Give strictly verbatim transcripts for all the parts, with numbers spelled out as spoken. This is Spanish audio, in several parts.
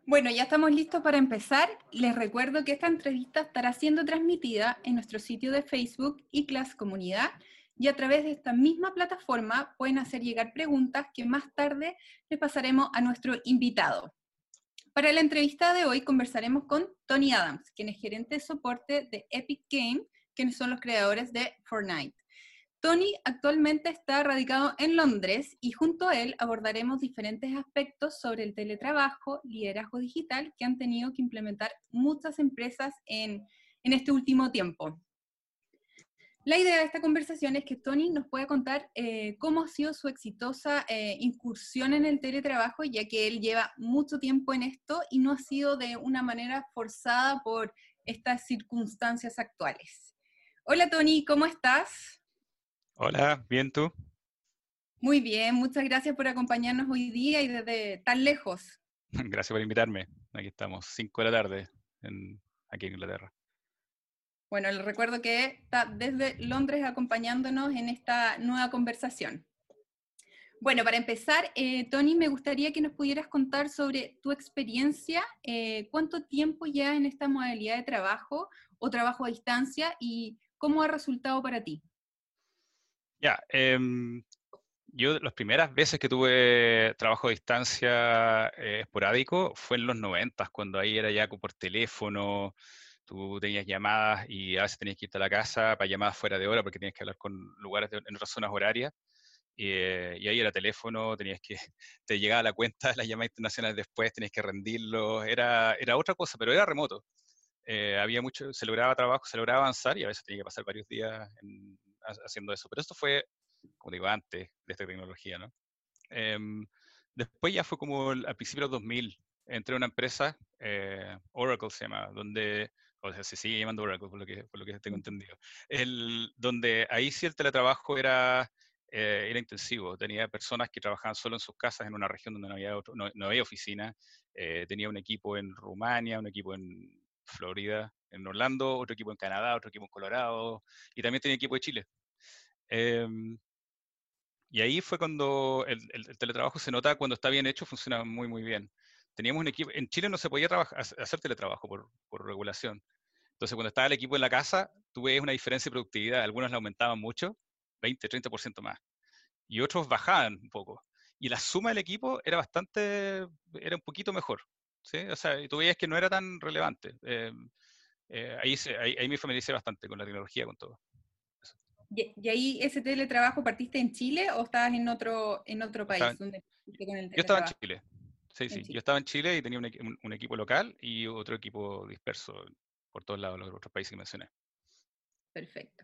Bueno, ya estamos listos para empezar. Les recuerdo que esta entrevista estará siendo transmitida en nuestro sitio de Facebook y Class Comunidad, y a través de esta misma plataforma pueden hacer llegar preguntas que más tarde les pasaremos a nuestro invitado. Para la entrevista de hoy conversaremos con Tony Adams, quien es gerente de soporte de Epic Games, quienes son los creadores de Fortnite. Tony actualmente está radicado en Londres y junto a él abordaremos diferentes aspectos sobre el teletrabajo, liderazgo digital que han tenido que implementar muchas empresas en, en este último tiempo. La idea de esta conversación es que Tony nos pueda contar eh, cómo ha sido su exitosa eh, incursión en el teletrabajo, ya que él lleva mucho tiempo en esto y no ha sido de una manera forzada por estas circunstancias actuales. Hola Tony, ¿cómo estás? Hola, ¿bien tú? Muy bien, muchas gracias por acompañarnos hoy día y desde tan lejos. Gracias por invitarme. Aquí estamos, cinco de la tarde, en, aquí en Inglaterra. Bueno, les recuerdo que está desde Londres acompañándonos en esta nueva conversación. Bueno, para empezar, eh, Tony, me gustaría que nos pudieras contar sobre tu experiencia, eh, cuánto tiempo ya en esta modalidad de trabajo o trabajo a distancia y cómo ha resultado para ti. Ya, em, yo las primeras veces que tuve trabajo a distancia eh, esporádico fue en los noventas, cuando ahí era ya por teléfono, tú tenías llamadas y a veces tenías que irte a la casa para llamadas fuera de hora porque tenías que hablar con lugares de, en otras zonas horarias. Y, eh, y ahí era teléfono, tenías que, te llegaba la cuenta de las llamadas internacionales después, tenías que rendirlo, era, era otra cosa, pero era remoto. Eh, había mucho, se lograba trabajo, se lograba avanzar y a veces tenía que pasar varios días en, haciendo eso. Pero esto fue, como digo, antes de esta tecnología, ¿no? Eh, Después ya fue como el, al principio de los dos mil, entré a una empresa, eh, Oracle se llama, donde, o sea, se sigue llamando Oracle, por lo que, por lo que tengo entendido, el, donde ahí sí el teletrabajo era, eh, era intensivo. Tenía personas que trabajaban solo en sus casas en una región donde no había, otro, no, no había oficina. Eh, tenía un equipo en Rumania, un equipo en Florida, en Orlando, otro equipo en Canadá, otro equipo en Colorado, y también tenía equipo de Chile. Eh, y ahí fue cuando el, el, el, teletrabajo se nota cuando está bien hecho, funciona muy, muy bien. Teníamos un equipo, en Chile no se podía trabajar, hacer teletrabajo por, por regulación. Entonces, cuando estaba el equipo en la casa, tú ves una diferencia de productividad. Algunos la aumentaban mucho, veinte, treinta por ciento más. Y otros bajaban un poco. Y la suma del equipo era bastante, era un poquito mejor. ¿Sí? O sea, tú veías que no era tan relevante. Eh, eh, ahí, se, ahí, ahí me familiaricé bastante con la tecnología, con todo. ¿Y, y ahí ese teletrabajo partiste en Chile o estabas en otro, en otro Estaba, país donde partiste con el yo estaba en teletrabajo? Chile. Sí, En sí. Yo Chile. estaba en Chile y tenía un, un, un equipo local y otro equipo disperso por todos lados, los otros países que mencioné. Perfecto.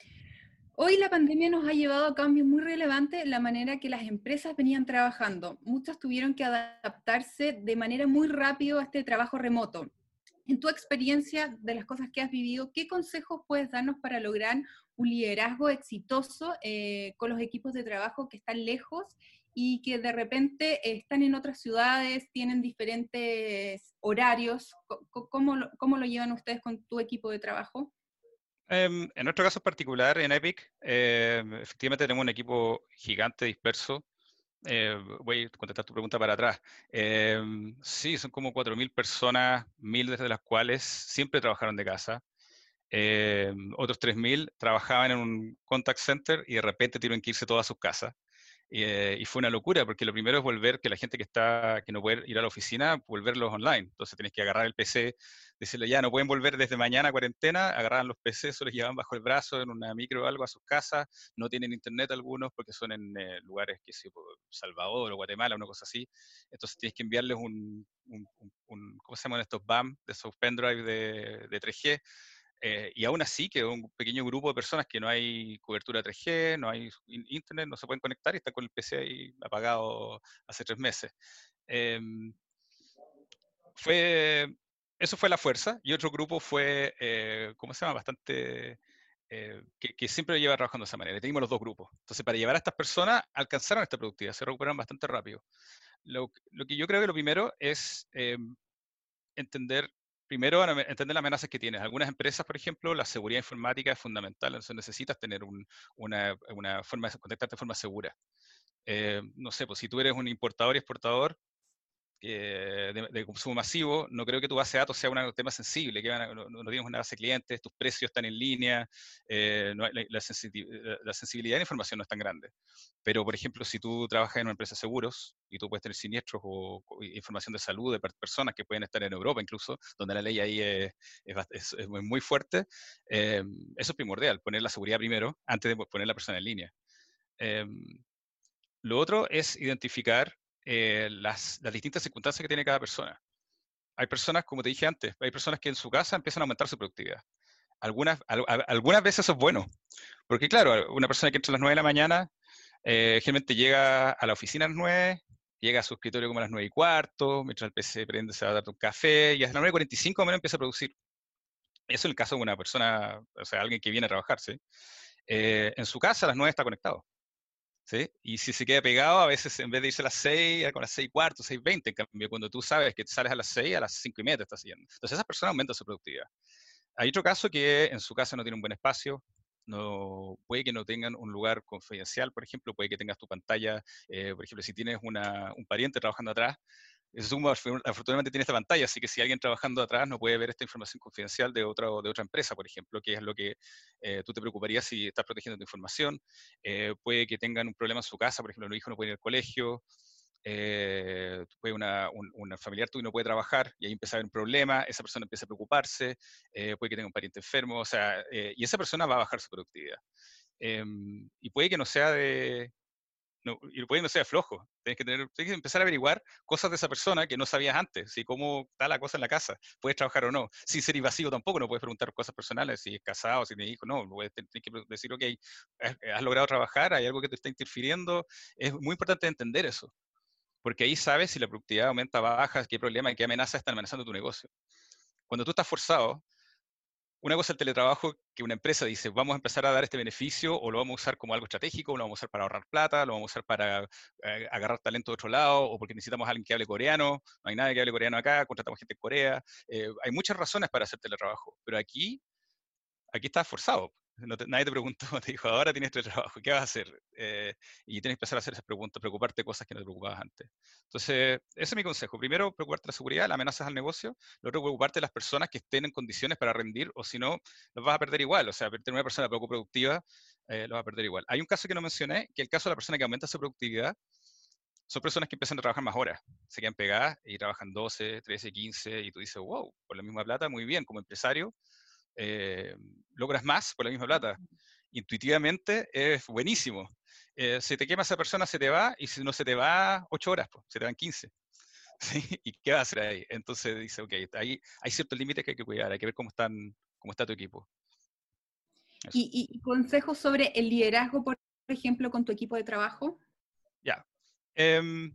Hoy la pandemia nos ha llevado a cambios muy relevantes en la manera que las empresas venían trabajando. Muchas tuvieron que adaptarse de manera muy rápida a este trabajo remoto. En tu experiencia de las cosas que has vivido, ¿qué consejos puedes darnos para lograr un liderazgo exitoso eh, con los equipos de trabajo que están lejos y que de repente eh, están en otras ciudades, tienen diferentes horarios? ¿Cómo, lo- cómo lo llevan ustedes con tu equipo de trabajo? Eh, en nuestro caso particular, en Epic, eh, efectivamente tenemos un equipo gigante disperso. Eh, voy a contestar tu pregunta para atrás. Eh, sí, son como cuatro mil personas, mil de las cuales siempre trabajaron de casa. Eh, otros tres mil trabajaban en un contact center y de repente tuvieron que irse todas a sus casas. Eh, y fue una locura, porque lo primero es volver que la gente que está que no puede ir a la oficina, volverlos online. Entonces tenés que agarrar el P C, decirle ya, no pueden volver desde mañana a cuarentena, agarran los P C, se los llevan bajo el brazo en una micro o algo a sus casas, no tienen internet algunos porque son en eh, lugares que sí, Salvador o Guatemala, una cosa así. Entonces tienes que enviarles un, un, un, un ¿cómo se llaman estos B A M? De esos pendrive de, de tres G. Eh, y aún así quedó un pequeño grupo de personas que no hay cobertura tres G, no hay internet, no se pueden conectar y están con el P C ahí apagado hace tres meses. Eh, fue, Eso fue la fuerza y otro grupo fue, eh, ¿cómo se llama? Bastante, eh, que, que, siempre lleva trabajando de esa manera. Teníamos los dos grupos. Entonces, para llevar a estas personas, alcanzaron esta productividad, se recuperaron bastante rápido. Lo, lo que yo creo que lo primero es eh, entender, primero, entender las amenazas que tienes. Algunas empresas, por ejemplo, la seguridad informática es fundamental, entonces necesitas tener un, una, una, forma de conectarte de forma segura. Eh, no sé, pues si tú eres un importador y exportador, que de, de consumo masivo, no creo que tu base de datos sea un tema sensible, que van a, no, no tienes una base de clientes, tus precios están en línea, eh, no, la, la, la, sensibilidad de la información no es tan grande. Pero, por ejemplo, si tú trabajas en una empresa de seguros y tú puedes tener siniestros o, o información de salud de personas que pueden estar en Europa incluso, donde la ley ahí es, es, es, es muy fuerte, eh, eso es primordial, poner la seguridad primero antes de poner la persona en línea. Eh, lo otro es identificar eh, las, las distintas circunstancias que tiene cada persona. Hay personas, como te dije antes, hay personas que en su casa empiezan a aumentar su productividad. Algunas, al, a, algunas veces eso es bueno, porque claro, una persona que entra a las nueve de la mañana, eh, generalmente llega a la oficina a las nueve, llega a su escritorio como a las nueve y cuarto, mientras el P C prende se va a dar un café, y a las nueve y cuarenta y cinco o menos empieza a producir. Eso es el caso de una persona, o sea, alguien que viene a trabajar, ¿sí? Eh, en su casa a las nueve está conectado. ¿Sí? Y si se queda pegado, a veces en vez de irse a las seis, a las seis y cuarto, seis y veinte, en cambio, cuando tú sabes que sales a las seis, a las cinco y media te estás yendo. Entonces esas personas aumentan su productividad. Hay otro caso que en su casa no tiene un buen espacio, no, puede que no tengan un lugar confidencial, por ejemplo, puede que tengas tu pantalla, eh, por ejemplo, si tienes una, un pariente trabajando atrás, Zoom afortunadamente tiene esta pantalla, así que si alguien trabajando atrás no puede ver esta información confidencial de otra, de otra empresa, por ejemplo, que es lo que eh, tú te preocuparías si estás protegiendo tu información. Eh, puede que tengan un problema en su casa, por ejemplo, los hijos no pueden ir al colegio, eh, puede una, un, una familiar tuyo no puede trabajar y ahí empieza a haber un problema, esa persona empieza a preocuparse, eh, puede que tenga un pariente enfermo, o sea, eh, y esa persona va a bajar su productividad. Eh, y puede que no sea de, no, y puede que no sea flojo. Tienes que, tener, tienes que empezar a averiguar cosas de esa persona que no sabías antes, ¿sí? Cómo está la cosa en la casa, puedes trabajar o no, sin ser invasivo tampoco, no puedes preguntar cosas personales, si es casado, si tiene hijos, no, puedes, tienes que decir, ok, has, has logrado trabajar, hay algo que te está interfiriendo, es muy importante entender eso, porque ahí sabes si la productividad aumenta, baja, qué problema y qué amenaza están amenazando tu negocio. Cuando tú estás forzado, una cosa es el teletrabajo, que una empresa dice, vamos a empezar a dar este beneficio, o lo vamos a usar como algo estratégico, o lo vamos a usar para ahorrar plata, lo vamos a usar para eh, agarrar talento de otro lado, o porque necesitamos a alguien que hable coreano, no hay nadie que hable coreano acá, contratamos gente en Corea. Eh, hay muchas razones para hacer teletrabajo, pero aquí aquí estás forzado. No te, nadie te preguntó, te dijo, ahora tienes tu trabajo, ¿qué vas a hacer? Eh, y tienes que empezar a hacer esas preguntas, preocuparte de cosas que no te preocupabas antes. Entonces, ese es mi consejo. Primero, preocuparte de la seguridad, las amenazas al negocio. Luego, preocuparte de las personas que estén en condiciones para rendir, o si no, los vas a perder igual. O sea, tener una persona poco productiva, eh, lo vas a perder igual. Hay un caso que no mencioné, que el caso de la persona que aumenta su productividad, son personas que empiezan a trabajar más horas, se quedan pegadas y trabajan doce, trece, quince, y tú dices, wow, por la misma plata, muy bien, como empresario, eh, logras más por la misma plata. Intuitivamente es buenísimo. Eh, se te quema esa persona, se te va, y si no se te va ocho horas, pues, se te van quince. ¿Sí? ¿Y qué va a hacer ahí? Entonces dice, ok, ahí hay ciertos límites que hay que cuidar, hay que ver cómo, están, cómo está tu equipo. ¿Y, y consejos sobre el liderazgo, por ejemplo, con tu equipo de trabajo? Ya. Eh,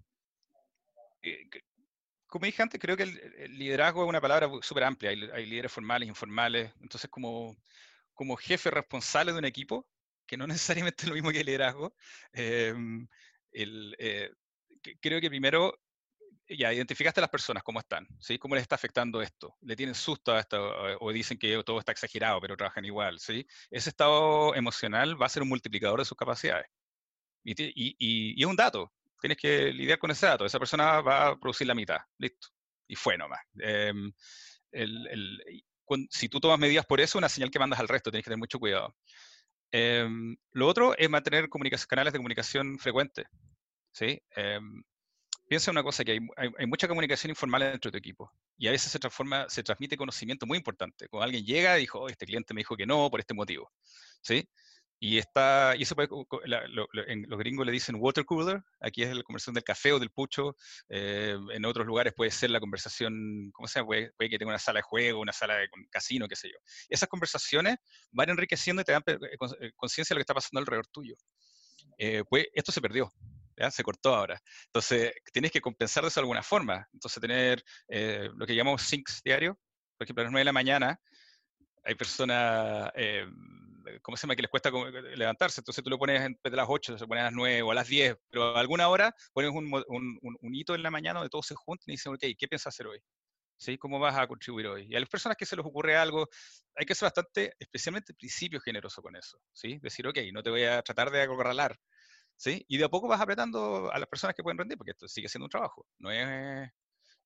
como dije antes, creo que el, el liderazgo es una palabra súper amplia. Hay, hay líderes formales, informales. Entonces, como, como jefe responsable de un equipo, que no necesariamente es lo mismo que el liderazgo, eh, el, eh, que, creo que primero ya identificaste a las personas cómo están, ¿sí? ¿Cómo les está afectando esto? ¿Le tienen susto a esto o dicen que todo está exagerado, pero trabajan igual, ¿sí? Ese estado emocional va a ser un multiplicador de sus capacidades. Y, y, y, y es un dato. Tienes que lidiar con ese dato. Esa persona va a producir la mitad. Listo. Y fue nomás. Eh, el, el, cuando, si tú tomas medidas por eso, una señal que mandas al resto. Tienes que tener mucho cuidado. Eh, lo otro es mantener canales de comunicación frecuentes. ¿Sí? Eh, piensa una cosa, que hay, hay, hay, mucha comunicación informal dentro de tu equipo y a veces se transforma, se transmite conocimiento muy importante. Cuando alguien llega y dijo, oh, este cliente me dijo que no por este motivo, ¿sí? Y, está, y eso puede, la, lo, lo, en los gringos le dicen water cooler, aquí es la conversación del café o del pucho, eh, en otros lugares puede ser la conversación, ¿cómo se llama? Puede, puede que tenga una sala de juego, una sala de casino, qué sé yo. Esas conversaciones van enriqueciendo y te dan conciencia de lo que está pasando alrededor tuyo. Eh, pues esto se perdió. ¿Ya? Se cortó ahora. Entonces, tienes que compensar eso de alguna forma. Entonces, tener eh, lo que llamamos syncs diarios. Por ejemplo, a las nueve de la mañana hay personas, eh, ¿cómo se llama?, que les cuesta levantarse. Entonces, tú lo pones en vez de las ocho, se pone a las nueve o a las diez, pero a alguna hora pones un, un, un, un hito en la mañana donde todos se juntan y dicen, ok, ¿qué piensas hacer hoy? ¿Sí? ¿Cómo vas a contribuir hoy? Y a las personas que se les ocurre algo, hay que ser bastante, especialmente al principio, generoso con eso. ¿Sí? Decir, ok, no te voy a tratar de acorralar. ¿Sí? Y de a poco vas apretando a las personas que pueden rendir, porque esto sigue siendo un trabajo. No es,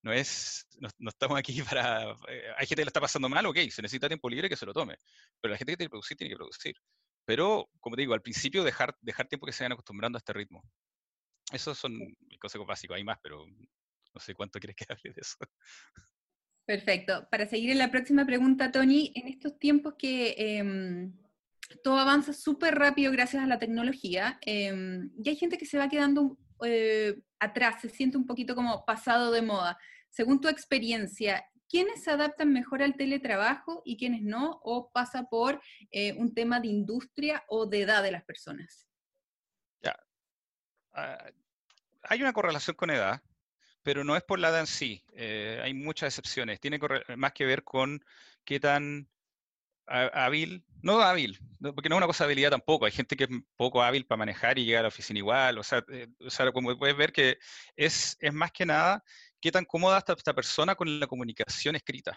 no es, no, no estamos aquí para, eh, hay gente que le está pasando mal, ok, se necesita tiempo libre que se lo tome, pero la gente que tiene que producir, tiene que producir. Pero, como te digo, al principio dejar, dejar tiempo que se vayan acostumbrando a este ritmo. Esos son mis consejos básicos, hay más, pero no sé cuánto quieres que hable de eso. Perfecto. Para seguir en la próxima pregunta, Tony, en estos tiempos que eh, todo avanza súper rápido gracias a la tecnología, eh, y hay gente que se va quedando eh, atrás, se siente un poquito como pasado de moda. Según tu experiencia, ¿quiénes se adaptan mejor al teletrabajo y quiénes no? ¿O pasa por eh, un tema de industria o de edad de las personas? Ya, ah, hay una correlación con edad, pero no es por la edad en sí. Eh, hay muchas excepciones. Tiene corre- más que ver con qué tan há- hábil, no hábil, no, porque no es una cosa de habilidad tampoco. Hay gente que es poco hábil para manejar y llega a la oficina igual. O sea, eh, o sea, como puedes ver que es, es más que nada qué tan cómoda está esta persona con la comunicación escrita.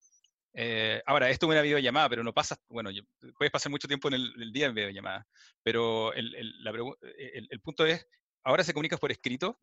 Eh, ahora, esto es una videollamada, pero no pasa, bueno, yo- puedes pasar mucho tiempo en el, el día en videollamada, pero el, el, la pregu- el- el punto es, ahora se comunicas por escrito,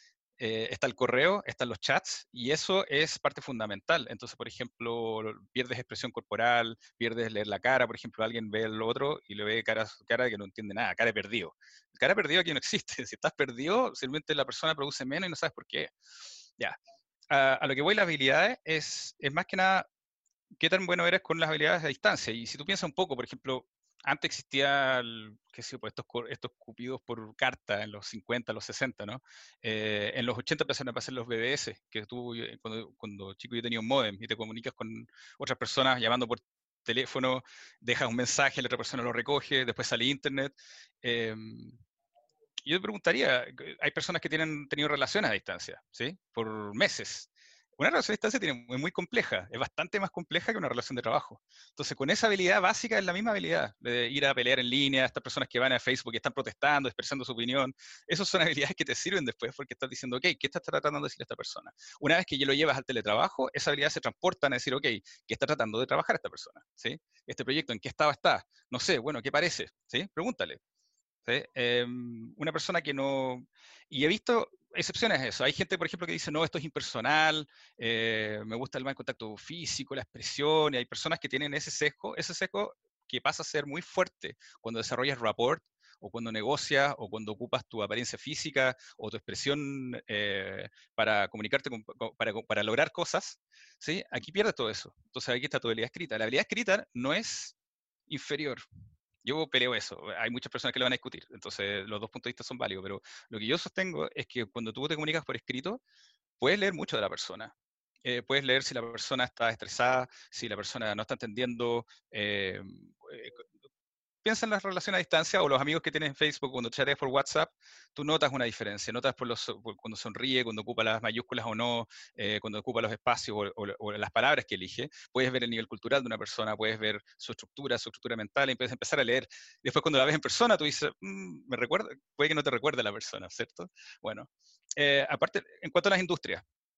eh, está el correo, están los chats, y eso es parte fundamental. Entonces, por ejemplo, pierdes expresión corporal, pierdes leer la cara, por ejemplo, alguien ve al otro y le ve cara, cara que no entiende nada, cara de perdido. Cara de perdido aquí no existe. Si estás perdido, simplemente la persona produce menos y no sabes por qué. Ya. A, a lo que voy, las habilidades es, es más que nada qué tan bueno eres con las habilidades a distancia. Y si tú piensas un poco, por ejemplo, antes existía, el, qué sé yo, pues estos, co- estos cupidos por carta en los cincuenta, los sesenta, ¿no? Eh, en los ochenta empezaron a pasar los B B S, que tú, eh, cuando, cuando chico yo tenía un módem y te comunicas con otras personas llamando por teléfono, dejas un mensaje, la otra persona lo recoge, después sale internet. Eh, yo te preguntaría, hay personas que tienen tenido relaciones a distancia, ¿sí? Por meses. Una relación a distancia tiene, es muy compleja, es bastante más compleja que una relación de trabajo. Entonces, con esa habilidad básica es la misma habilidad de ir a pelear en línea, estas personas que van a Facebook y están protestando, expresando su opinión, esas son habilidades que te sirven después porque estás diciendo, ok, ¿qué está tratando de decir esta persona? Una vez que ya lo llevas al teletrabajo, esa habilidad se transporta a decir, ok, ¿qué está tratando de trabajar esta persona? ¿Sí? Este proyecto, ¿en qué estado está? No sé, bueno, ¿qué parece? ¿Sí? Pregúntale. ¿Sí? Eh, una persona que no... Y he visto excepciones a eso. Hay gente, por ejemplo, que dice, no, esto es impersonal, eh, me gusta el mal contacto físico, la expresión, y hay personas que tienen ese sesgo, ese sesgo que pasa a ser muy fuerte cuando desarrollas rapport, o cuando negocias, o cuando ocupas tu apariencia física, o tu expresión eh, para comunicarte, con, para, para lograr cosas, ¿sí? Aquí pierdes todo eso. Entonces aquí está tu habilidad escrita. La habilidad escrita no es inferior. Yo peleo eso. Hay muchas personas que lo van a discutir, entonces los dos puntos de vista son válidos, pero lo que yo sostengo es que cuando tú te comunicas por escrito, puedes leer mucho de la persona. Eh, puedes leer si la persona está estresada, si la persona no está entendiendo, eh, eh, piensa en las relaciones a distancia o los amigos que tienes en Facebook cuando chateas por WhatsApp, tú notas una diferencia, notas por los, por cuando sonríe, cuando ocupa las mayúsculas o no, eh, cuando ocupa los espacios o, o, o, las palabras que elige, puedes ver el nivel cultural de una persona, puedes ver su estructura, su estructura mental, y puedes empezar a leer. Después cuando la ves en persona, tú dices, mmm, me recuerda, puede que no te recuerde la persona, ¿cierto? Bueno, eh, aparte, en cuanto a las industrias,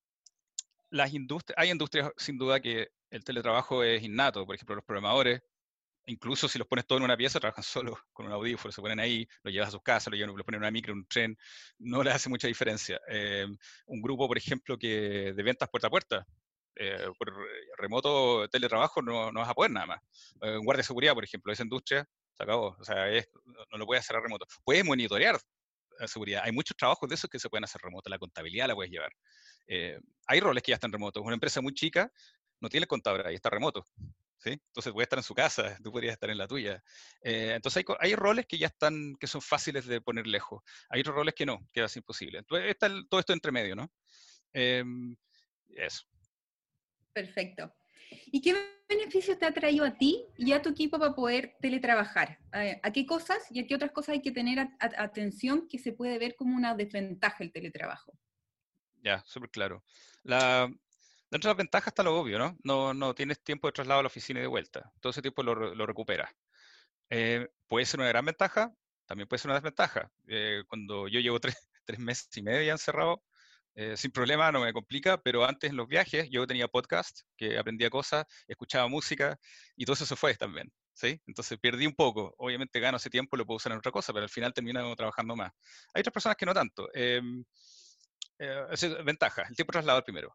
las industrias, hay industrias sin duda que el teletrabajo es innato, por ejemplo, los programadores, incluso si los pones todos en una pieza, trabajan solo con un audífono, se ponen ahí, lo llevas a sus casas, lo, llevan, lo ponen en una micro, en un tren, no les hace mucha diferencia. Eh, un grupo, por ejemplo, que de ventas puerta a puerta, eh, por remoto teletrabajo no, no vas a poder nada más. Eh, un guardia de seguridad, por ejemplo, esa industria, se acabó, o sea, es, no lo puedes hacer a remoto. Puedes monitorear la seguridad, hay muchos trabajos de esos que se pueden hacer remoto, la contabilidad la puedes llevar. Eh, hay roles que ya están remotos, una empresa muy chica no tiene contadora, ahí está remoto. ¿Sí? Entonces puede estar en su casa, tú podrías estar en la tuya. Eh, entonces hay, hay, roles que ya están, que son fáciles de poner lejos. Hay otros roles que no, que es imposible. Entonces está el, todo esto entre medio, ¿no? Eh, eso. Perfecto. ¿Y qué beneficios te ha traído a ti y a tu equipo para poder teletrabajar? ¿A qué cosas y a qué otras cosas hay que tener a, a, atención que se puede ver como una desventaja el teletrabajo? Ya, súper claro. La, dentro de las ventajas está lo obvio, ¿no? No, no tienes tiempo de traslado a la oficina y de vuelta. Todo ese tiempo lo, lo recuperas. Eh, puede ser una gran ventaja, también puede ser una desventaja. Eh, cuando yo llevo tres, tres meses y medio ya encerrado, eh, sin problema, no me complica, pero antes en los viajes yo tenía podcast, que aprendía cosas, escuchaba música y todo eso se fue también, ¿sí? Entonces perdí un poco. Obviamente gano ese tiempo, lo puedo usar en otra cosa, pero al final termino trabajando más. Hay otras personas que no tanto. Eh, eh, esa es ventaja, el tiempo de traslado primero.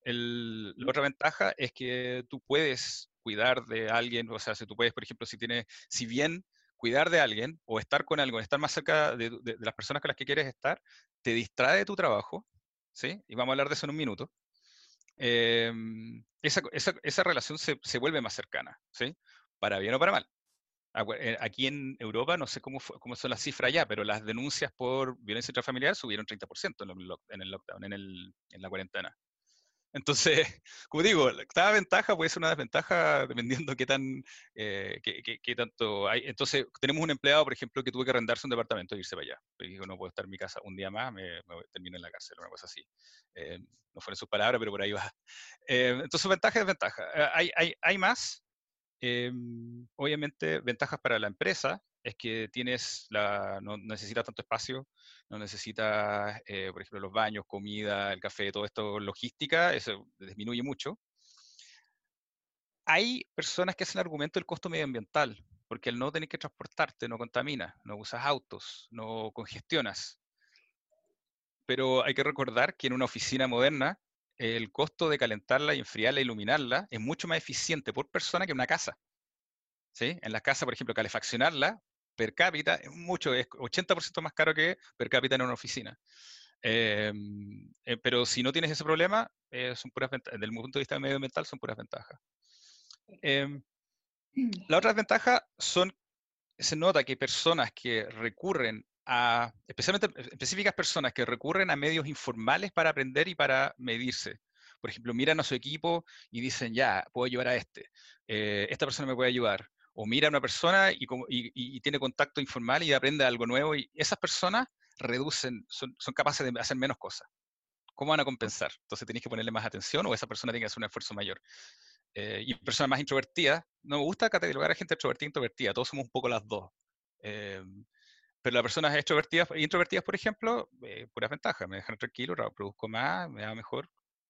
El- la otra ventaja es que tú puedes cuidar de alguien, o sea, si tú puedes, por ejemplo, si tienes, si bien cuidar de alguien o estar con alguien, estar más cerca de, de- de las personas con las que quieres estar, te distrae de tu trabajo, ¿sí? Y vamos a hablar de eso en un minuto. eh, esa, esa- esa relación se, se vuelve más cercana, ¿sí? Para bien o para mal. Acu- eh, Aquí en Europa, no sé cómo, fue- cómo son las cifras ya, pero las denuncias por violencia intrafamiliar subieron treinta por ciento en el, lock- en el lockdown, en, el, en la cuarentena. Entonces, como digo, cada ventaja puede ser una desventaja dependiendo qué tan, eh, qué, qué- qué tanto hay. Entonces, tenemos un empleado, por ejemplo, que tuvo que arrendarse un departamento e irse para allá. Porque dijo, no puedo estar en mi casa un día más, me, me voy- termino en la cárcel, una cosa así. Eh, no fueron sus palabras, pero por ahí va. Eh, entonces, ventaja y desventaja. Eh, hay, hay, hay más. Eh, Obviamente, ventajas para la empresa es que tienes la, no necesitas tanto espacio, no necesitas, eh, por ejemplo, los baños, comida, el café, todo esto, logística, eso disminuye mucho. Hay personas que hacen el argumento del costo medioambiental, porque al no tener que transportarte, no contaminas, no usas autos, no congestionas. Pero hay que recordar que en una oficina moderna, el costo de calentarla y enfriarla e iluminarla es mucho más eficiente por persona que una casa. ¿Sí? En las casas, por ejemplo, calefaccionarla per cápita es mucho, es ochenta por ciento más caro que per cápita en una oficina. Eh, eh, pero si no tienes ese problema, eh, son puras ventajas. Desde el punto de vista medioambiental, son puras ventajas. Eh, la otra ventaja son, se nota que personas que recurren a, especialmente específicas personas que recurren a medios informales para aprender y para medirse. Por ejemplo, miran a su equipo y dicen, ya, puedo ayudar a este, eh, esta persona me puede ayudar. O mira a una persona y, como- y- y tiene contacto informal y aprende algo nuevo. Y esas personas reducen, son, son capaces de hacer menos cosas. ¿Cómo van a compensar? Entonces tenéis que ponerle más atención o esa persona tiene que hacer un esfuerzo mayor. Eh, y personas más introvertidas, no me gusta catalogar a gente extrovertida e introvertida, todos somos un poco las dos. Eh, pero las personas extrovertidas e introvertidas, por ejemplo, eh, puras ventajas, me dejan tranquilo, ra- produzco más, me va mejor,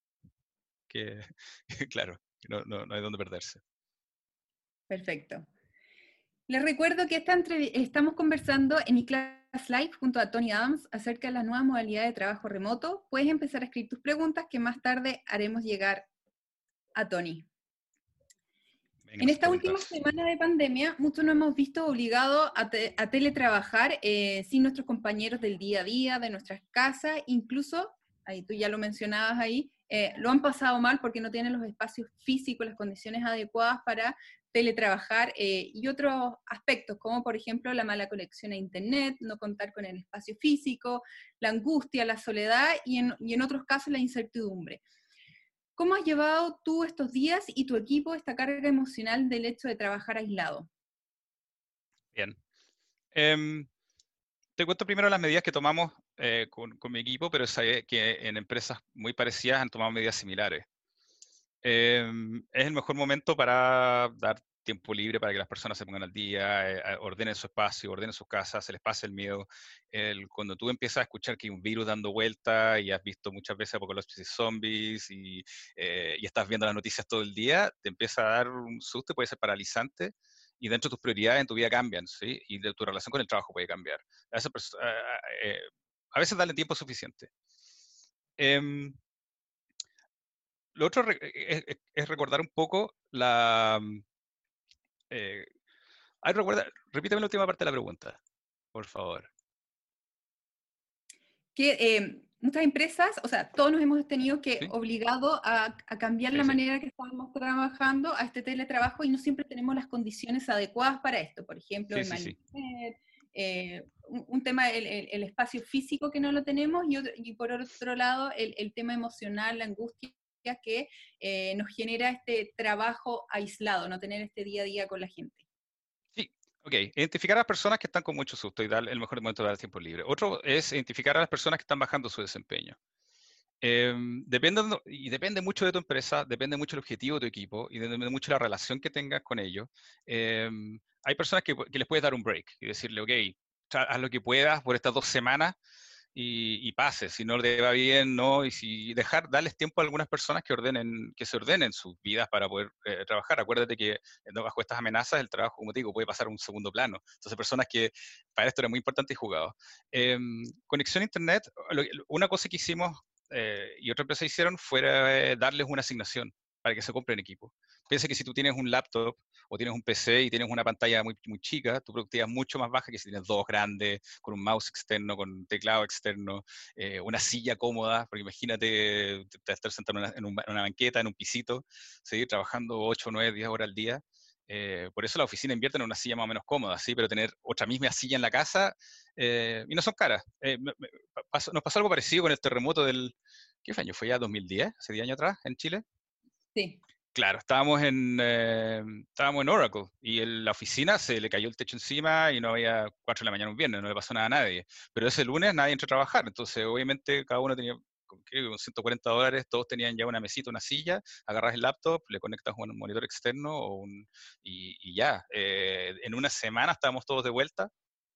que claro, no, no, no hay dónde perderse. Perfecto. Les recuerdo que esta entrev- estamos conversando en iClass Live junto a Tony Adams acerca de la nueva modalidad de trabajo remoto. Puedes empezar a escribir tus preguntas que más tarde haremos llegar a Tony. Vengan En sus esta última preguntas. semana de pandemia, muchos nos hemos visto obligados a, te- a teletrabajar eh, sin nuestros compañeros del día a día, de nuestras casas, incluso, ahí tú ya lo mencionabas ahí, eh, lo han pasado mal porque no tienen los espacios físicos, las condiciones adecuadas para teletrabajar eh, y otros aspectos, como por ejemplo la mala conexión a Internet, no contar con el espacio físico, la angustia, la soledad y en, y en otros casos la incertidumbre. ¿Cómo has llevado tú estos días y tu equipo esta carga emocional del hecho de trabajar aislado? Bien. Em, Te cuento primero las medidas que tomamos eh, con, con mi equipo, pero sé que en empresas muy parecidas han tomado medidas similares. Em, es el mejor momento para dar tiempo libre para que las personas se pongan al día, eh, a- ordenen su espacio, ordenen sus casas, se les pase el miedo. El- cuando tú empiezas a escuchar que hay un virus dando vuelta y has visto muchas veces apocalipsis zombies y, eh, y estás viendo las noticias todo el día, te empieza a dar un susto, puede ser paralizante y dentro de tus prioridades en tu vida cambian, ¿sí? Y de tu relación con el trabajo puede cambiar. A, esa perso- a- a- eh, a veces darle tiempo suficiente. Em, lo otro re- es, es- es recordar un poco la... mm, eh, ay, recuerda, repíteme la última parte de la pregunta, por favor. Que eh, muchas empresas, o sea, todos nos hemos tenido que ¿Sí? obligado a, a cambiar Sí, la sí. manera que estamos trabajando a este teletrabajo y no siempre tenemos las condiciones adecuadas para esto. Por ejemplo, Sí, el sí, mal sí. internet, eh, un, un tema, el, el- el espacio físico que no lo tenemos y, otro- y por otro lado, el, el tema emocional, la angustia que eh, nos genera este trabajo aislado, no tener este día a día con la gente. Sí, ok. Identificar a las personas que están con mucho susto y dar el mejor momento de dar tiempo libre. Otro es identificar a las personas que están bajando su desempeño. Em, depende, y depende mucho de tu empresa, depende mucho del objetivo de tu equipo y depende mucho de la relación que tengas con ellos. Em, hay personas que, que les puedes dar un break y decirle, ok, tra- haz lo que puedas por estas dos semanas y, y pase, si no le va bien, no, y si dejar, darles tiempo a algunas personas que ordenen, que se ordenen sus vidas para poder eh, trabajar. Acuérdate que eh, bajo estas amenazas el trabajo, como te digo, puede pasar a un segundo plano. Entonces, personas que para esto era muy importante y jugado. Eh, conexión a internet, lo- una cosa que hicimos eh, y otra empresa hicieron fue eh, darles una asignación para que se compren equipo. Piensa que si tú tienes un laptop o tienes un P C y tienes una pantalla muy, muy chica, tu productividad es mucho más baja que si tienes dos grandes, con un mouse externo, con un teclado externo, eh, una silla cómoda, porque imagínate te, te estar sentado en una, en, un, en una banqueta, en un pisito, seguir trabajando ocho, nueve, diez horas al día. Eh, por eso la oficina invierte en una silla más o menos cómoda, ¿sí? Pero tener otra misma silla en la casa, eh, y no son caras. Eh, me, me, pasó, nos pasó algo parecido con el terremoto del, ¿qué año? ¿Fue ya dos mil diez? ¿Hace diez años atrás en Chile? Sí. Claro, estábamos en, eh, estábamos en Oracle y en la oficina se le cayó el techo encima y no había cuatro de la mañana un viernes, no le pasó nada a nadie. Pero ese lunes nadie entró a trabajar, entonces obviamente cada uno tenía con ciento cuarenta dólares, todos tenían ya una mesita, una silla, agarras el laptop, le conectas un monitor externo o un, y, y, ya. Eh, en una semana estábamos todos de vuelta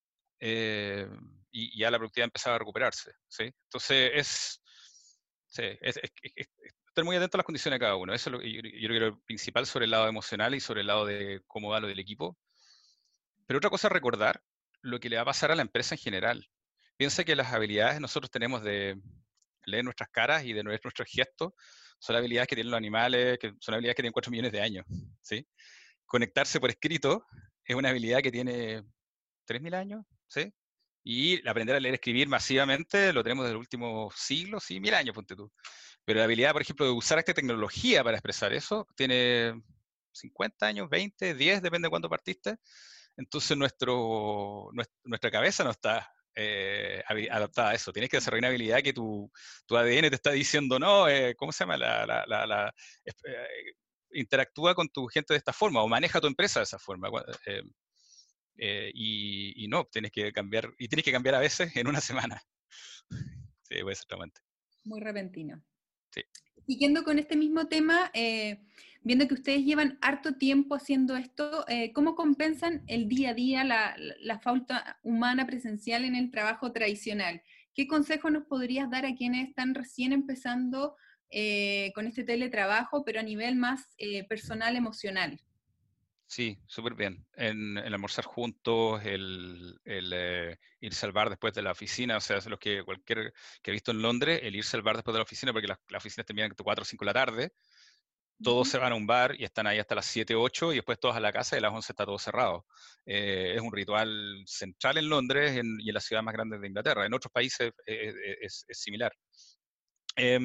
eh, y, y ya la productividad empezaba a recuperarse. ¿Sí? Entonces es, sí, es, es, es, es estar muy atento a las condiciones de cada uno. Eso es lo que yo, yo creo que lo principal sobre el lado emocional y sobre el lado de cómo va lo del equipo. Pero otra cosa es recordar lo que le va a pasar a la empresa en general. Piensa que las habilidades que nosotros tenemos de leer nuestras caras y de leer nuestros gestos son habilidades que tienen los animales, que son habilidades que tienen cuatro millones de años. ¿Sí? Conectarse por escrito es una habilidad que tiene tres mil años, ¿sí? Y aprender a leer y escribir masivamente lo tenemos desde el último siglo, sí, mil años, ponte tú. Pero la habilidad, por ejemplo, de usar esta tecnología para expresar eso, tiene cincuenta años, veinte, diez, depende de cuándo partiste. Entonces nuestro, nuestra cabeza no está eh, adaptada a eso. Tienes que desarrollar una habilidad que tu, tu A D N te está diciendo, no, eh, ¿cómo se llama? La, la, la, la eh, interactúa con tu gente de esta forma o maneja tu empresa de esa forma. Eh, eh, y, y no, tienes que cambiar, y tienes que cambiar a veces en una semana. Sí, puede ser traumante. Muy repentino. Sí. Siguiendo con este mismo tema, eh, viendo que ustedes llevan harto tiempo haciendo esto, eh, ¿cómo compensan el día a día la, la, la falta humana presencial en el trabajo tradicional? ¿Qué consejo nos podrías dar a quienes están recién empezando eh, con este teletrabajo, pero a nivel más eh, personal, emocional? Sí, súper bien. En el almorzar juntos, el, el eh, irse al bar después de la oficina, o sea, es lo que cualquier que he visto en Londres, el irse al bar después de la oficina, porque las, las oficinas terminan a cuatro o cinco de la tarde, todos Uh-huh. se van a un bar y están ahí hasta las siete, ocho y después todos a la casa y a las once está todo cerrado. Eh, es un ritual central en Londres en, y en las ciudades más grandes de Inglaterra. En otros países eh, eh, es, es, similar. Eh,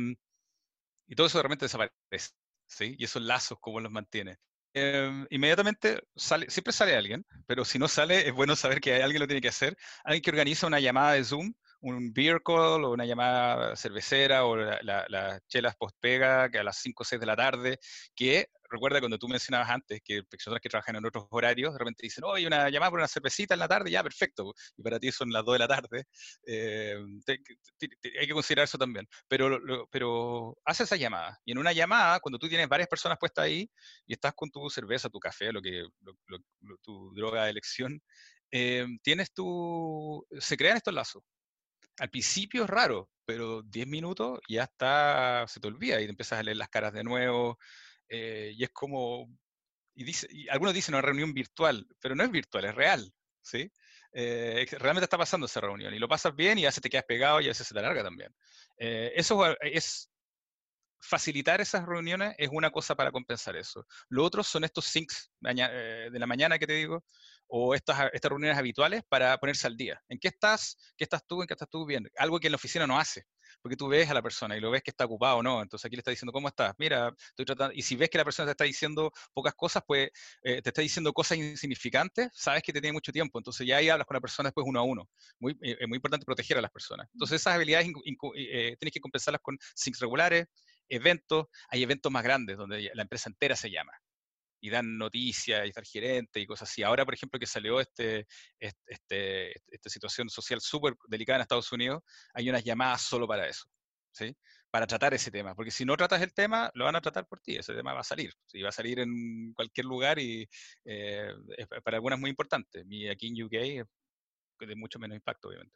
y todo eso de repente desaparece, ¿sí? Y esos lazos, ¿cómo los mantiene? Eh, inmediatamente sale, siempre sale alguien, pero si no sale, es bueno saber que alguien lo tiene que hacer. Alguien que organiza una llamada de Zoom, un beer call o una llamada cervecera o las la, la chelas post-pega que a las cinco o seis de la tarde, que recuerda cuando tú mencionabas antes que personas que trabajan en otros horarios de repente dicen, oye, una llamada por una cervecita en la tarde, ya, perfecto, y para ti son las dos de la tarde. Eh, te, te, te, hay que considerar eso también. Pero, lo, pero hace esa llamada. Y en una llamada, cuando tú tienes varias personas puestas ahí y estás con tu cerveza, tu café, lo que, lo, lo, lo, tu droga de elección, eh, tienes tu... se crean estos lazos. Al principio es raro, pero diez minutos ya está, se te olvida y te empiezas a leer las caras de nuevo. Eh, y es como, y, dice, y algunos dicen una reunión virtual, pero no es virtual, es real, ¿sí? Eh, realmente está pasando esa reunión y lo pasas bien y a veces te quedas pegado y a veces se te alarga también. Eh, eso es, facilitar esas reuniones es una cosa para compensar eso. Lo otro son estos syncs de la mañana que te digo, o estas, estas reuniones habituales para ponerse al día. ¿En qué estás? ¿Qué estás tú? ¿En qué estás tú? Bien. Algo que en la oficina no hace, porque tú ves a la persona y lo ves que está ocupado o no. Entonces aquí le está diciendo, ¿cómo estás? Mira, estoy tratando. Y si ves que la persona te está diciendo pocas cosas, pues eh, te está diciendo cosas insignificantes, sabes que te tiene mucho tiempo. Entonces ya ahí hablas con la persona después uno a uno. Muy, eh, es muy importante proteger a las personas. Entonces esas habilidades eh, tienes que compensarlas con syncs regulares, eventos, hay eventos más grandes donde la empresa entera se llama y dan noticias y está el gerente y cosas así. Ahora, por ejemplo, que salió este, este, esta situación social súper delicada en Estados Unidos, hay unas llamadas solo para eso, ¿sí? Para tratar ese tema, porque si no tratas el tema, lo van a tratar por ti, ese tema va a salir, ¿sí? Va a salir en cualquier lugar y eh, para algunas es muy importante. Y aquí en U K es de mucho menos impacto, obviamente.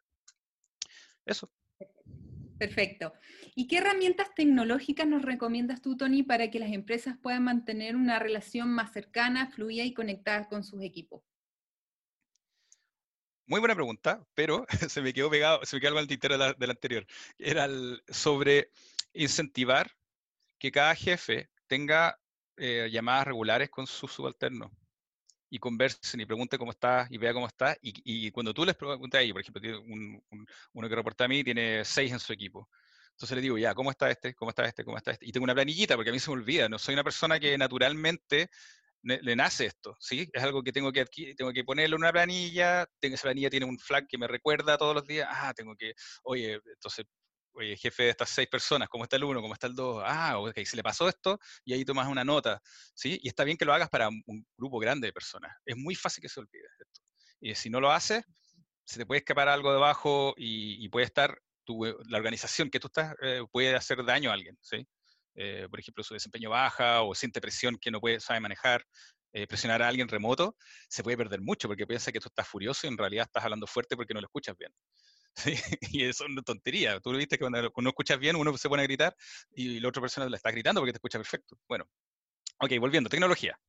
Eso. Perfecto. ¿Y qué herramientas tecnológicas nos recomiendas tú, Tony, para que las empresas puedan mantener una relación más cercana, fluida y conectada con sus equipos? Muy buena pregunta, pero se me quedó pegado, se me quedó algo en el tintero de la, de la anterior. Era el- sobre incentivar que cada jefe tenga eh, llamadas regulares con sus subalternos y conversen y pregunte cómo está y vea cómo está. Y, y cuando tú les preguntas a ellos, por ejemplo, tiene un, un- uno que reporta a mí tiene seis en su equipo. Entonces le digo, ya, ¿cómo está este? ¿Cómo está este? ¿Cómo está este? Y tengo una planillita, porque a mí se me olvida, no soy una persona que naturalmente le, le nace esto, ¿sí? Es algo que tengo que adquirir, tengo que ponerle en una planilla, tengo, esa planilla tiene un flag que me recuerda todos los días, ah, tengo que, oye, entonces, oye, jefe de estas seis personas, ¿cómo está el uno? ¿Cómo está el dos? Ah, ok, se le pasó esto, y ahí tomas una nota, ¿sí? Y está bien que lo hagas para un, un grupo grande de personas. Es muy fácil que se olvide esto. Y si no lo haces, se te puede escapar algo debajo y, y puede estar, tu, la organización que tú estás eh, puede hacer daño a alguien, ¿sí? Eh, por ejemplo, su desempeño baja o siente presión que no puede, sabe manejar, eh, presionar a alguien remoto, se puede perder mucho porque piensa que tú estás furioso y en realidad estás hablando fuerte porque no lo escuchas bien. ¿Sí? Y eso es una tontería. Tú lo viste que cuando no escuchas bien, uno se pone a gritar y la otra persona le está gritando porque te escucha perfecto. Bueno, ok, volviendo, tecnología.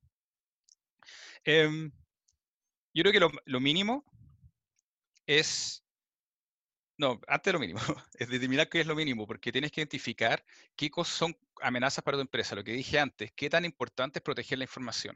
Eh, yo creo que lo, lo mínimo es no, antes de lo mínimo, es determinar qué es lo mínimo, porque tienes que identificar qué cosas son amenazas para tu empresa. Lo que dije antes, qué tan importante es proteger la información,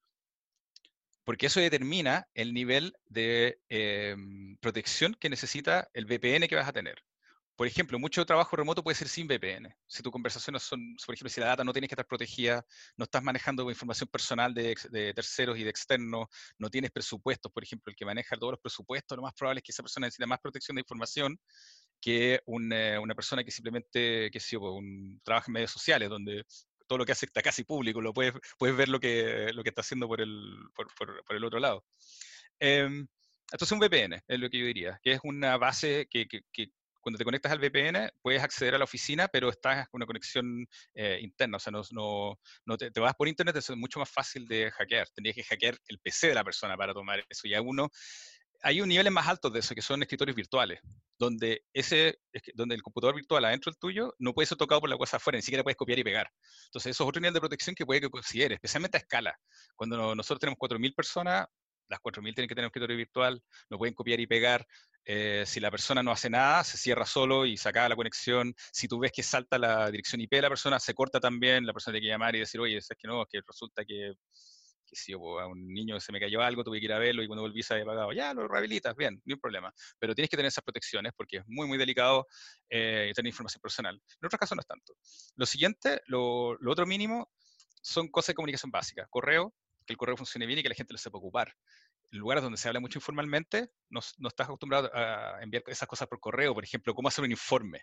porque eso determina el nivel de eh, protección que necesita el V P N que vas a tener. Por ejemplo, mucho trabajo remoto puede ser sin V P N. Si tus conversaciones son, por ejemplo, si la data no tiene que estar protegida, no estás manejando información personal de, de terceros y de externos, no tienes presupuestos, por ejemplo, el que maneja todos los presupuestos, lo más probable es que esa persona necesite más protección de información que un, eh, una persona que simplemente, que sé yo, un, trabaja en medios sociales, donde todo lo que hace está casi público, lo puedes, puedes ver lo que, lo que está haciendo por el, por, por, por el otro lado. Eh, entonces un V P N es lo que yo diría, que es una base que, que, que cuando te conectas al V P N puedes acceder a la oficina, pero estás con una conexión eh, interna, o sea, no, no, no te, te, vas por internet, eso es mucho más fácil de hackear. Tendrías que hackear el P C de la persona para tomar eso. Ya uno, hay un niveles más altos de eso, que son escritorios virtuales, donde, ese, donde el computador virtual adentro del tuyo no puede ser tocado por la cosa afuera, ni siquiera puedes copiar y pegar. Entonces, eso es otro nivel de protección que puede que considere, especialmente a escala. Cuando nosotros tenemos cuatro mil personas, las cuatro mil tienen que tener un escritorio virtual, no pueden copiar y pegar. Eh, si la persona no hace nada, se cierra solo y se acaba la conexión. Si tú ves que salta la dirección I P de la persona, se corta también. La persona tiene que llamar y decir, oye, es que no, es que resulta que que si yo, a un niño se me cayó algo, tuve que ir a verlo y cuando volví se había pagado. Ya, lo rehabilitas, bien, ni un problema. Pero tienes que tener esas protecciones porque es muy, muy delicado eh, tener información personal. En otros casos no es tanto. Lo siguiente, lo, lo otro mínimo, son cosas de comunicación básica. Correo, que el correo funcione bien y que la gente lo sepa ocupar. En lugares donde se habla mucho informalmente, no, no estás acostumbrado a enviar esas cosas por correo. Por ejemplo, cómo hacer un informe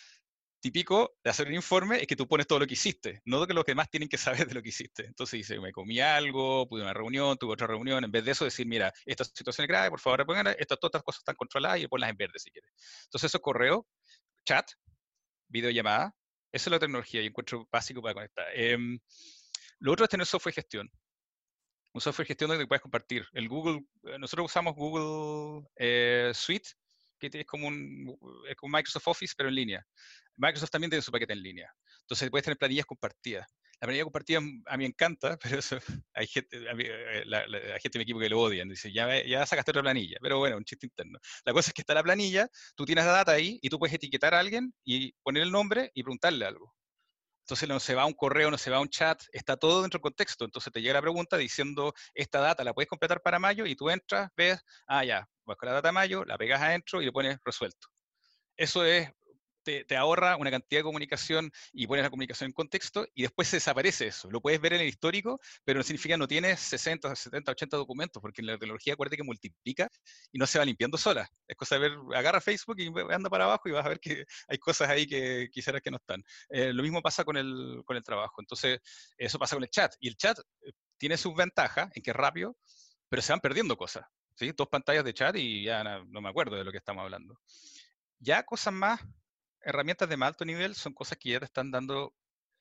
típico de hacer un informe es que tú pones todo lo que hiciste, no lo que los demás tienen que saber de lo que hiciste. Entonces dice, me comí algo, pude una reunión, tuve otra reunión, en vez de eso decir, mira, esta situación es grave, por favor, pongan estas todas estas cosas están controladas y ponlas en verde si quieres. Entonces eso correo, chat, videollamada, eso es la tecnología y encuentro básico para conectar. Eh, lo otro es tener software de gestión. Un software de gestión donde puedes compartir. El Google, nosotros usamos Google eh, Suite, que es como, un, es como Microsoft Office, pero en línea. Microsoft también tiene su paquete en línea. Entonces puedes tener planillas compartidas. La planilla compartida a mí me encanta, pero eso, hay gente, mí, la, la, hay gente de mi equipo que lo odian. Dice, ya, ya sacaste otra planilla. Pero bueno, un chiste interno. La cosa es que está la planilla, tú tienes la data ahí y tú puedes etiquetar a alguien y poner el nombre y preguntarle algo. Entonces no se va a un correo, no se va a un chat, está todo dentro del contexto. Entonces te llega la pregunta diciendo, esta data la puedes completar para mayo y tú entras, ves, ah, ya, vas con la data mayo, la pegas adentro y le pones resuelto. Eso es te, te, ahorra una cantidad de comunicación y pones la comunicación en contexto y después se desaparece eso. Lo puedes ver en el histórico, pero no significa que no tienes sesenta, setenta, ochenta documentos, porque en la tecnología acuérdate que multiplica y no se va limpiando sola. Es cosa de ver, agarra Facebook y anda para abajo y vas a ver que hay cosas ahí que quisieras que no están. Eh, lo mismo pasa con el, con el trabajo. Entonces, eso pasa con el chat. Y el chat tiene sus ventajas en que es rápido, pero se van perdiendo cosas. ¿Sí? Dos pantallas de chat y ya no, no me acuerdo de lo que estamos hablando. Ya cosas más, herramientas de más alto nivel son cosas que ya te están dando,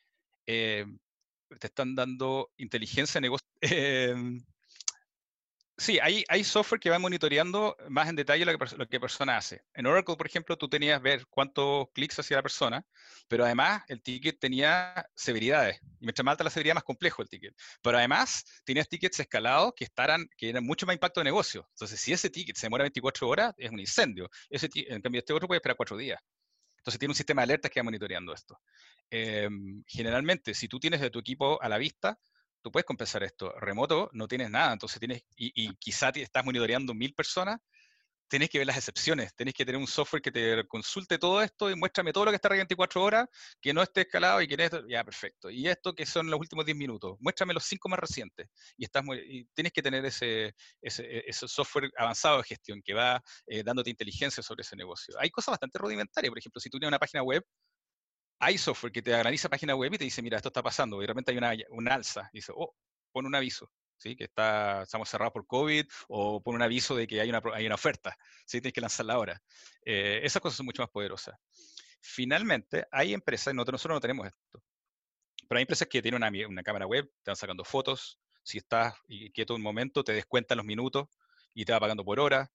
eh, te están dando inteligencia de negocio. Eh, Sí, hay, hay software que va monitoreando más en detalle lo que, lo que la persona hace. En Oracle, por ejemplo, tú tenías ver cuántos clics hacía la persona, pero además el ticket tenía severidades. Y mientras más alta la severidad, más complejo el ticket. Pero además tenías tickets escalados que, estaran, que eran mucho más impacto de negocio. Entonces, si ese ticket se demora veinticuatro horas, es un incendio. Ese en cambio, este otro puede esperar cuatro días. Entonces, tiene un sistema de alertas que va monitoreando esto. Eh, generalmente, si tú tienes de tu equipo a la vista, tú puedes compensar esto. Remoto no tienes nada, entonces tienes, y, y quizá estás monitoreando mil personas, tienes que ver las excepciones, tienes que tener un software que te consulte todo esto y muéstrame todo lo que está arriba veinticuatro horas, que no esté escalado y que no esté, ya, perfecto. Y esto que son los últimos diez minutos, muéstrame los cinco más recientes. Y, estás muy, y tienes que tener ese, ese, ese software avanzado de gestión que va eh, dándote inteligencia sobre ese negocio. Hay cosas bastante rudimentarias, por ejemplo, si tú tienes una página web, hay software que te analiza página web y te dice, mira, esto está pasando, y de repente hay una, un alza, y dice, oh, pon un aviso, ¿sí? Que está, estamos cerrados por COVID, o pon un aviso de que hay una, hay una oferta, ¿sí? Tienes que lanzarla ahora. Eh, esas cosas son mucho más poderosas. Finalmente, hay empresas, nosotros, nosotros no tenemos esto, pero hay empresas que tienen una, una cámara web, te van sacando fotos, si estás quieto un momento, te descuentan los minutos y te va pagando por hora.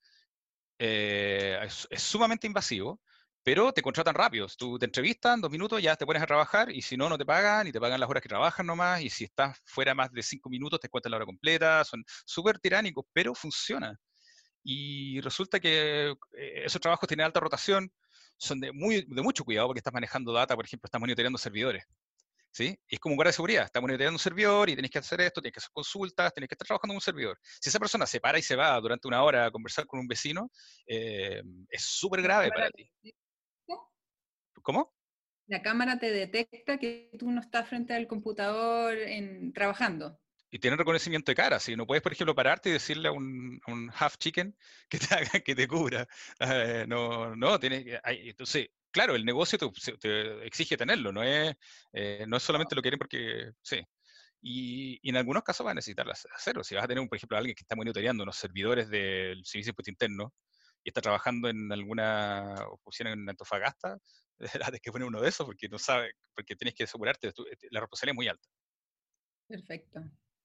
Eh, es, es, sumamente invasivo, pero te contratan rápido. Tú te entrevistan, dos minutos, ya te pones a trabajar, y si no, no te pagan, y te pagan las horas que trabajas nomás, y si estás fuera más de cinco minutos, te cuentan la hora completa. Son súper tiránicos, pero funciona. Y resulta que eh, esos trabajos tienen alta rotación, son de, muy, de mucho cuidado porque estás manejando data, por ejemplo, estás monitoreando servidores. ¿Sí? Y es como un guardia de seguridad, está monitoreando un servidor y tenés que hacer esto, tienes que hacer consultas, tenés que estar trabajando en un servidor. Si esa persona se para y se va durante una hora a conversar con un vecino, eh, es súper La grave cámara para te ti. detecta, ¿Cómo? la cámara te detecta que tú no estás frente al computador en, trabajando. Y tiene reconocimiento de cara, si no puedes, por ejemplo, pararte y decirle a un, a un half chicken que te haga, que te cubra. Eh, no, no, tiene que, hay, entonces, claro, el negocio te, te exige tenerlo, no es, eh, no es solamente lo quieren porque, sí. Y, y en algunos casos vas a necesitar hacerlo. Si vas a tener, un, por ejemplo, alguien que está monitoreando unos servidores del Servicio de Impuesto Interno y está trabajando en alguna oficina en Antofagasta, tienes que poner uno de esos porque no sabe, porque tienes que asegurarte, la responsabilidad es muy alta. Perfecto.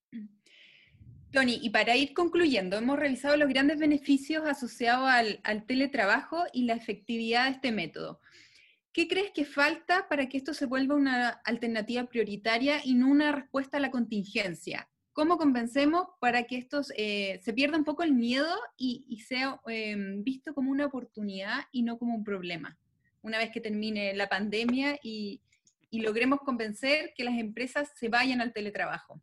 Tony, y para ir concluyendo, hemos revisado los grandes beneficios asociados al, al teletrabajo y la efectividad de este método. ¿Qué crees que falta para que esto se vuelva una alternativa prioritaria y no una respuesta a la contingencia? ¿Cómo convencemos para que esto eh, se pierda un poco el miedo y, y sea eh, visto como una oportunidad y no como un problema? Una vez que termine la pandemia y, y logremos convencer que las empresas se vayan al teletrabajo.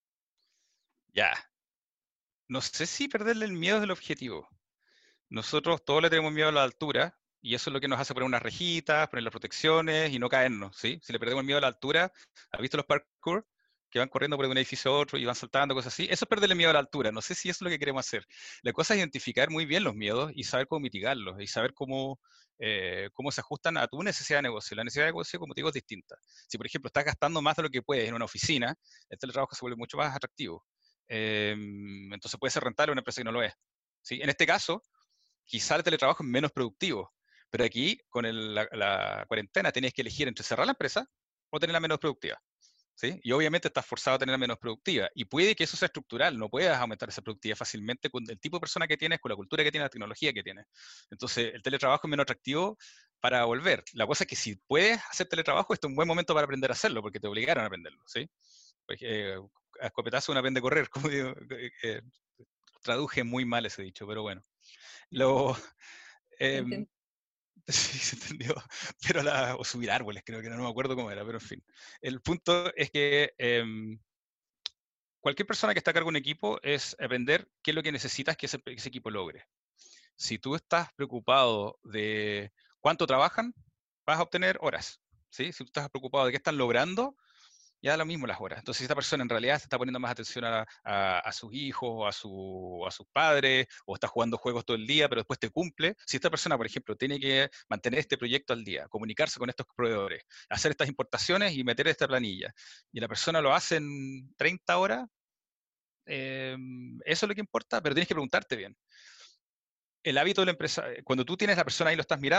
Ya, no sé si perderle el miedo es el objetivo. Nosotros todos le tenemos miedo a la altura y eso es lo que nos hace poner unas rejitas, poner las protecciones y no caernos, ¿sí? Si le perdemos el miedo a la altura, ¿has visto los parkour? Que van corriendo por un edificio a otro y van saltando, cosas así. Eso es perderle miedo a la altura. No sé si eso es lo que queremos hacer. La cosa es identificar muy bien los miedos y saber cómo mitigarlos y saber cómo, eh, cómo se ajustan a tu necesidad de negocio. La necesidad de negocio, como te digo, es distinta. Si, por ejemplo, estás gastando más de lo que puedes en una oficina, el teletrabajo se vuelve mucho más atractivo. Eh, entonces puede ser rentable una empresa que no lo es. ¿Sí? En este caso, quizá el teletrabajo es menos productivo, pero aquí con el, la, la, cuarentena tienes que elegir entre cerrar la empresa o tenerla menos productiva. ¿Sí? Y obviamente estás forzado a tenerla menos productiva. Y puede que eso sea estructural, no puedas aumentar esa productividad fácilmente con el tipo de persona que tienes, con la cultura que tienes, la tecnología que tienes. Entonces, el teletrabajo es menos atractivo para volver. La cosa es que si puedes hacer teletrabajo, este es un buen momento para aprender a hacerlo, porque te obligaron a aprenderlo. ¿Sí? Porque, eh, a escopetazo uno aprende a correr, como digo, eh, traduje muy mal ese dicho, pero bueno. Lo, eh, sí, se entendió, pero la, o subir árboles, creo que no, no me acuerdo cómo era, pero en fin. El punto es que eh, cualquier persona que está a cargo de un equipo es aprender qué es lo que necesitas que ese, que ese equipo logre. Si tú estás preocupado de cuánto trabajan, vas a obtener horas. ¿Sí? Si tú estás preocupado de qué están logrando, ya da lo mismo las horas. Entonces, si esta persona en realidad se está poniendo más atención a, a, a sus hijos o a, su, a sus padres, o está jugando juegos todo el día, pero después te cumple, si esta persona, por ejemplo, tiene que mantener este proyecto al día, comunicarse con estos proveedores, hacer estas importaciones y meter esta planilla, y la persona lo hace en treinta horas, eh, eso es lo que importa, pero tienes que preguntarte bien. El hábito de la empresa, cuando tú tienes a la persona ahí y lo estás mirando,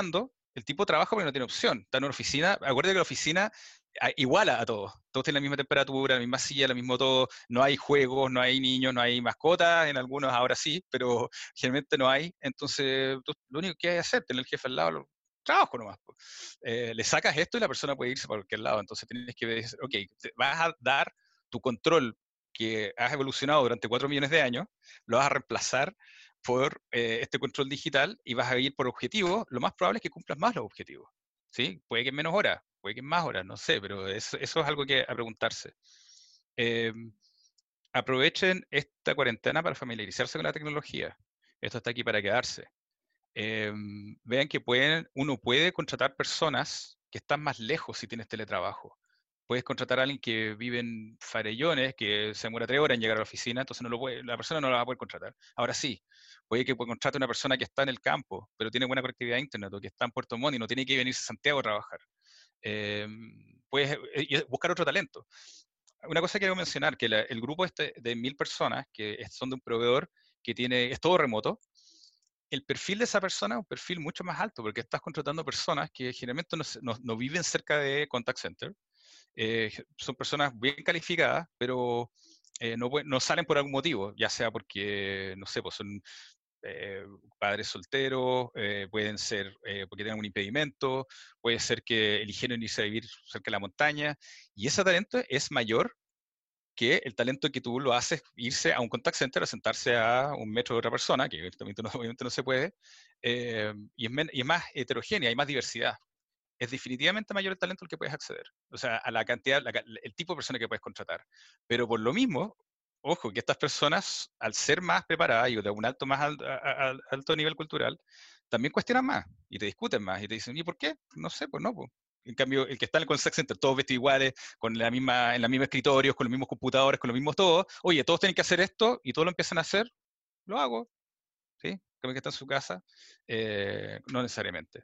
el tipo trabaja porque no tiene opción. Está en una oficina, acuérdate que la oficina a- iguala a todos. Todos tienen la misma temperatura, la misma silla, lo mismo todo. No hay juegos, no hay niños, no hay mascotas. En algunos ahora sí, pero generalmente no hay. Entonces, tú, lo único que hay que hacer, tener el jefe al lado, lo- trabajo nomás. Po. Eh, le sacas esto y la persona puede irse para cualquier lado. Entonces, tienes que ver, ok, te vas a dar tu control que has evolucionado durante cuatro millones de años, lo vas a reemplazar por eh, este control digital y vas a ir por objetivos, lo más probable es que cumplas más los objetivos. ¿Sí? Puede que en menos horas, puede que en más horas, no sé, pero eso, eso es algo que a preguntarse. Eh, Aprovechen esta cuarentena para familiarizarse con la tecnología. Esto está aquí para quedarse. Eh, Vean que pueden, uno puede contratar personas que están más lejos si tienes teletrabajo. Puedes contratar a alguien que vive en Farellones, que se demora tres horas en llegar a la oficina, entonces no lo puede, la persona no la va a poder contratar. Ahora sí, puede que contrate a una persona que está en el campo, pero tiene buena conectividad a internet, o que está en Puerto Montt y no tiene que venirse a Santiago a trabajar. Eh, puedes eh, buscar otro talento. Una cosa que quiero mencionar, que la, el grupo este de mil personas, que son de un proveedor que tiene, es todo remoto, el perfil de esa persona es un perfil mucho más alto, porque estás contratando personas que generalmente no, no, no viven cerca de contact center, eh, son personas bien calificadas, pero eh, no, no, salen por algún motivo, ya sea porque, no sé, pues son eh, padres solteros, eh, pueden ser eh, porque tienen un impedimento, puede ser que eligieron irse a vivir cerca de la montaña, y ese talento es mayor que el talento que tú lo haces irse a un contact center, a sentarse a un metro de otra persona, que obviamente no, obviamente no se puede, eh, y, es men, y es más heterogénea, hay más diversidad. Es definitivamente mayor el talento al que puedes acceder. O sea, a la cantidad, la, el tipo de persona que puedes contratar. Pero por lo mismo, ojo, que estas personas, al ser más preparadas y de un alto, más alto, a, a, alto nivel cultural, también cuestionan más y te discuten más y te dicen, ¿y por qué? No sé, pues no. Pues. En cambio, el que está en el contact center, todos vestidos iguales, con la misma, en los mismos escritorios, con los mismos computadores, con los mismos todo, oye, todos tienen que hacer esto y todos lo empiezan a hacer, lo hago, ¿sí? Como que está en su casa, eh, no necesariamente.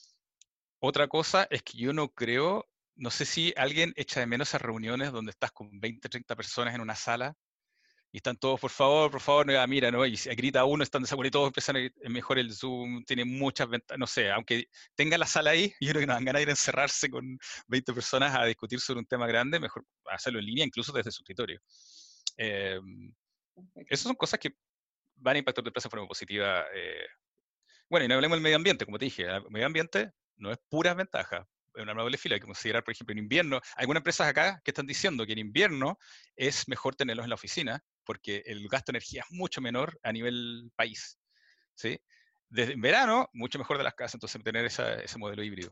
Otra cosa es que yo no creo, no sé si alguien echa de menos esas reuniones donde estás con veinte, treinta personas en una sala y están todos, por favor, por favor, no, mira, ¿no? Y si grita uno, están desacuerdos y todos empiezan a gritar, mejor el Zoom, tiene muchas ventajas, no sé, aunque tenga la sala ahí, yo creo que no dan ganas de ir a encerrarse con veinte personas a discutir sobre un tema grande, mejor hacerlo en línea, incluso desde su escritorio. Eh, esas son cosas que van a impactar tu empresa de forma positiva. Eh, bueno, y no hablemos del medio ambiente, como te dije, el medio ambiente no es pura ventaja, es una doble fila. Hay que considerar, por ejemplo, en invierno, algunas empresas acá que están diciendo que en invierno es mejor tenerlos en la oficina porque el gasto de energía es mucho menor a nivel país, ¿sí? Desde en verano, mucho mejor de las casas, entonces tener esa, ese modelo híbrido.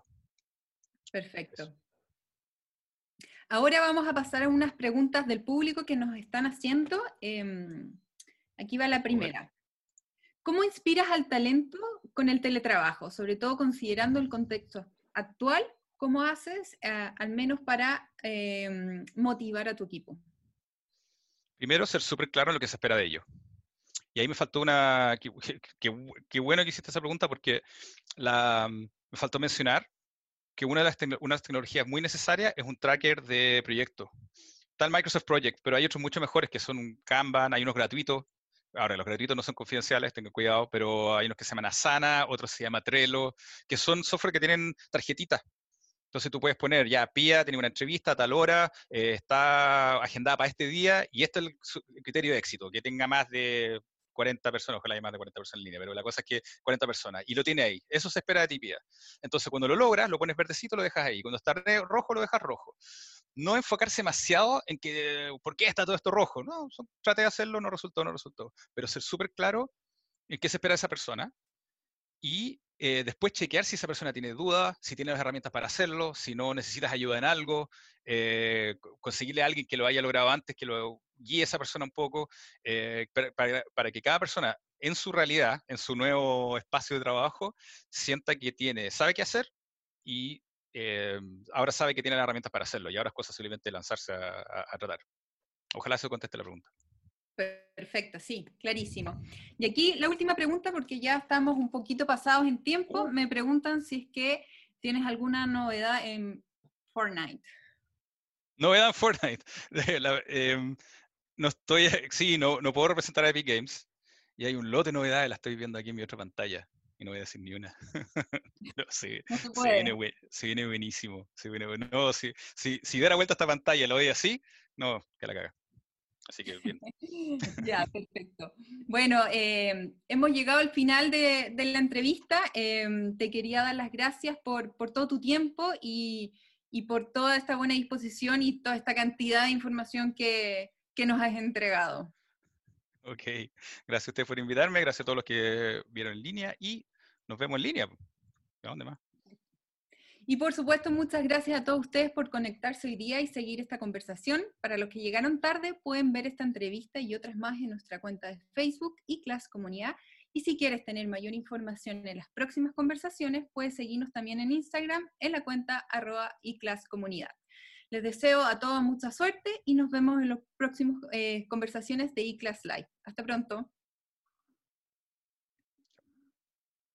Eso. Perfecto. Ahora vamos a pasar a unas preguntas del público que nos están haciendo. Eh, aquí va la primera. ¿Cómo inspiras al talento con el teletrabajo? Sobre todo considerando el contexto actual, ¿cómo haces eh, al menos para eh, motivar a tu equipo? Primero, ser súper claro en lo que se espera de ellos. Y ahí me faltó una... Qué, qué, qué bueno que hiciste esa pregunta porque la, me faltó mencionar que una de, las una de las tecnologías muy necesarias es un tracker de proyectos. Está el Microsoft Project, pero hay otros mucho mejores que son un Kanban, hay unos gratuitos. Ahora, los gratuitos no son confidenciales, tengan cuidado, pero hay unos que se llaman Asana, otros se llama Trello, que son software que tienen tarjetitas. Entonces tú puedes poner, ya, Pía tiene una entrevista a tal hora, eh, está agendada para este día, y este es el, el criterio de éxito, que tenga más de cuarenta personas, ojalá haya más de cuarenta personas en línea, pero la cosa es que cuarenta personas, y lo tiene ahí. Eso se espera de ti, Pía. Entonces cuando lo logras, lo pones verdecito, lo dejas ahí. Cuando está rojo, lo dejas rojo. No enfocarse demasiado en que, ¿por qué está todo esto rojo? No, son, trate de hacerlo, no resultó, no resultó. Pero ser súper claro en qué se espera de esa persona y eh, después chequear si esa persona tiene dudas, si tiene las herramientas para hacerlo, si no necesitas ayuda en algo, eh, conseguirle a alguien que lo haya logrado antes, que lo guíe a esa persona un poco, eh, para, para, para que cada persona en su realidad, en su nuevo espacio de trabajo, sienta que tiene, sabe qué hacer y eh, ahora sabe que tiene las herramientas para hacerlo y ahora es cosa simplemente lanzarse a, a, a tratar. Ojalá eso conteste la pregunta. Perfecto, sí, clarísimo. Y aquí la última pregunta, porque ya estamos un poquito pasados en tiempo, me preguntan si es que tienes alguna novedad en Fortnite. Novedad en Fortnite. la, eh, no estoy, sí, no, no puedo representar a Epic Games y hay un lote de novedades, la estoy viendo aquí en mi otra pantalla. y no voy a decir ni una. Pero se, No se se, viene, puede. buen- se viene buenísimo. Se viene, buen- no, si, si, si diera vuelta a esta pantalla y lo veía así, no, que la caga. Así que bien. Ya, perfecto. Bueno, eh, hemos llegado al final de, de la entrevista. Eh, te quería dar las gracias por, por todo tu tiempo y, y por toda esta buena disposición y toda esta cantidad de información que, que nos has entregado. Ok, gracias a usted por invitarme, gracias a todos los que vieron en línea y nos vemos en línea. ¿A dónde más? Y por supuesto, muchas gracias a todos ustedes por conectarse hoy día y seguir esta conversación. Para los que llegaron tarde, pueden ver esta entrevista y otras más en nuestra cuenta de Facebook y Class Comunidad. Y si quieres tener mayor información en las próximas conversaciones, puedes seguirnos también en Instagram en la cuenta arroba y Class Comunidad. Les deseo a todos mucha suerte y nos vemos en las próximas eh, conversaciones de iClass Live. Hasta pronto.